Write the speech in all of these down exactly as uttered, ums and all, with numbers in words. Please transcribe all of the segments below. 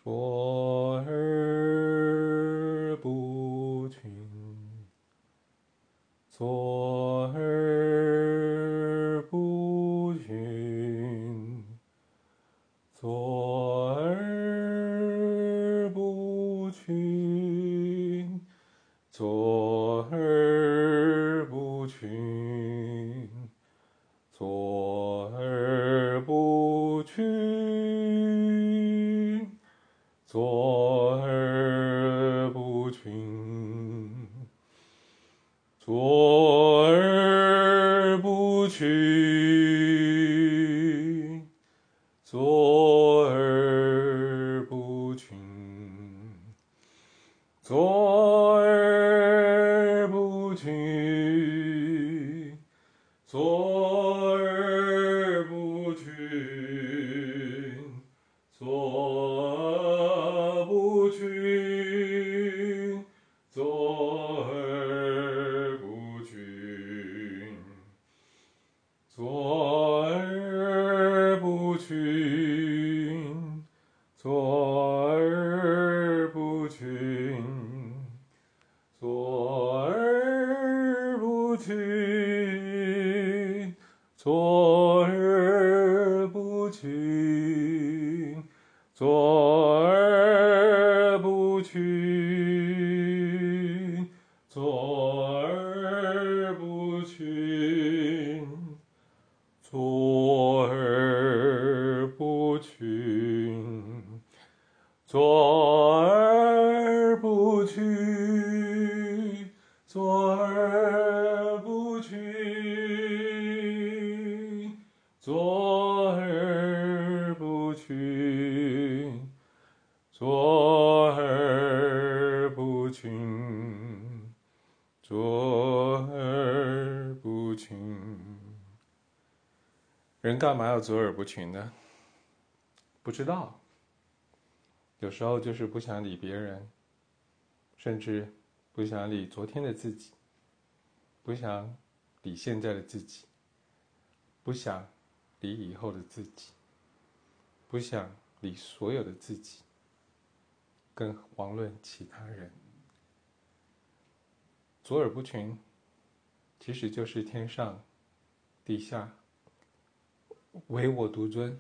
卓尔不群，卓尔不群，卓尔不群，卓尔不群，左耳不群，左耳不群，左耳不群，左耳不群，左耳不群，左耳不群，左不群，左耳不群，左耳不群，左耳不群，左耳不群，左耳不群，左耳不群，左耳不群，左耳不群，左耳不群，左耳不群，左耳不群，左耳不群，左耳不群。人干嘛要左耳不群呢？不知道，有时候就是不想理别人，甚至不想理昨天的自己，不想理现在的自己，不想理以后的自己，不想理所有的自己，更遑论其他人。左耳不群，其实就是天上地下唯我独尊，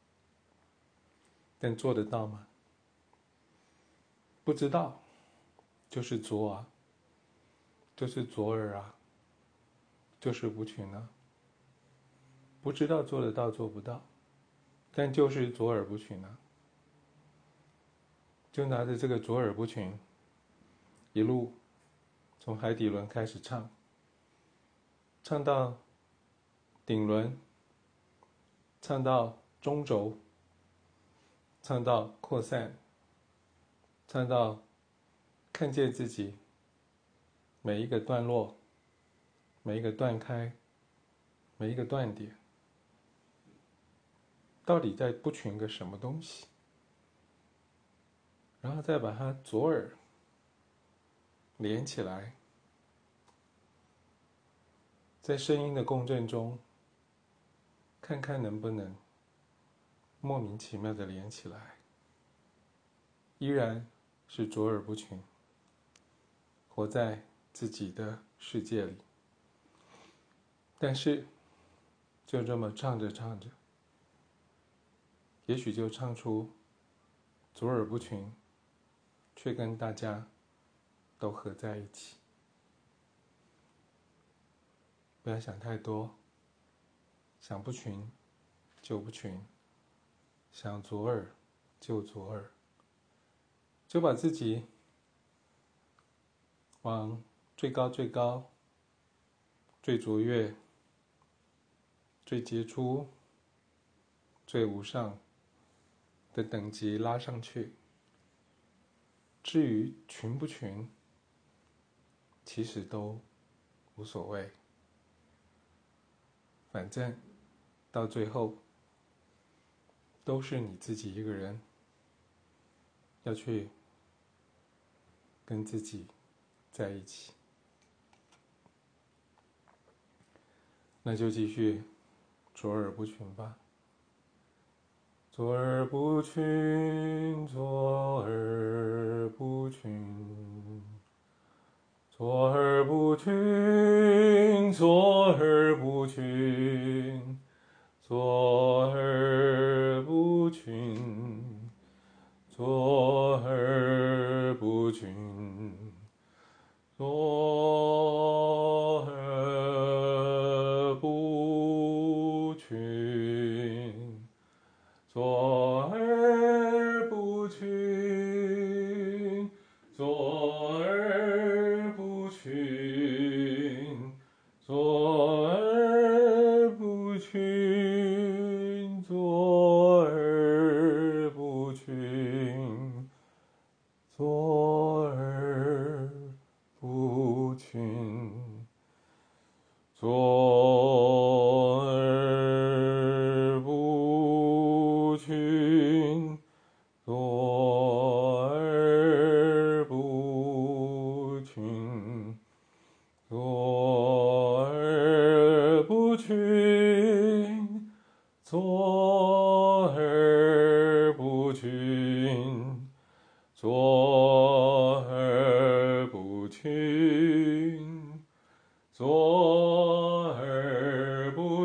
但做得到吗？不知道，就是左啊，就是左耳啊，就是不群啊。不知道做得到做不到，但就是左耳不群啊。就拿着这个左耳不群，一路从海底轮开始唱，唱到顶轮，唱到中轴，唱到扩散，唱到看见自己每一个段落，每一个断开，每一个断点，到底在不群个什么东西，然后再把它左耳连起来，在声音的共振中，看看能不能莫名其妙的连起来，依然是左耳不群，活在自己的世界里。但是就这么唱着唱着，也许就唱出左耳不群，却跟大家都合在一起。不要想太多，想不群就不群，想左耳就左耳，就把自己往最高最高、最卓越、最杰出、最无上的等级拉上去。至于群不群，其实都无所谓，反正到最后都是你自己一个人要去跟自己在一起。那就继续左耳不群吧。 坐而不群，坐而不群，坐而不群，坐而不群，坐而不群，坐而不群，坐而不群。坐而不群，坐而不群，坐而不群，坐而不群，坐而不群，坐而不群，坐而不群，坐而不群，坐而不群，坐而不群，坐而不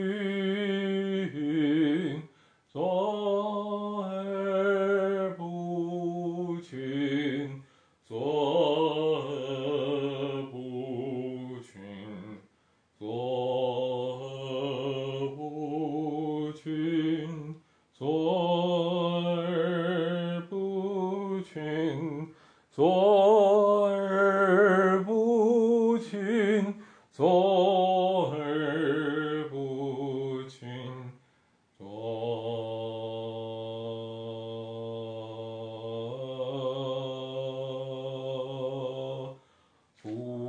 群，坐而不群，坐而不群，坐而不群，坐而不群，坐而不群，坐而不群，坐不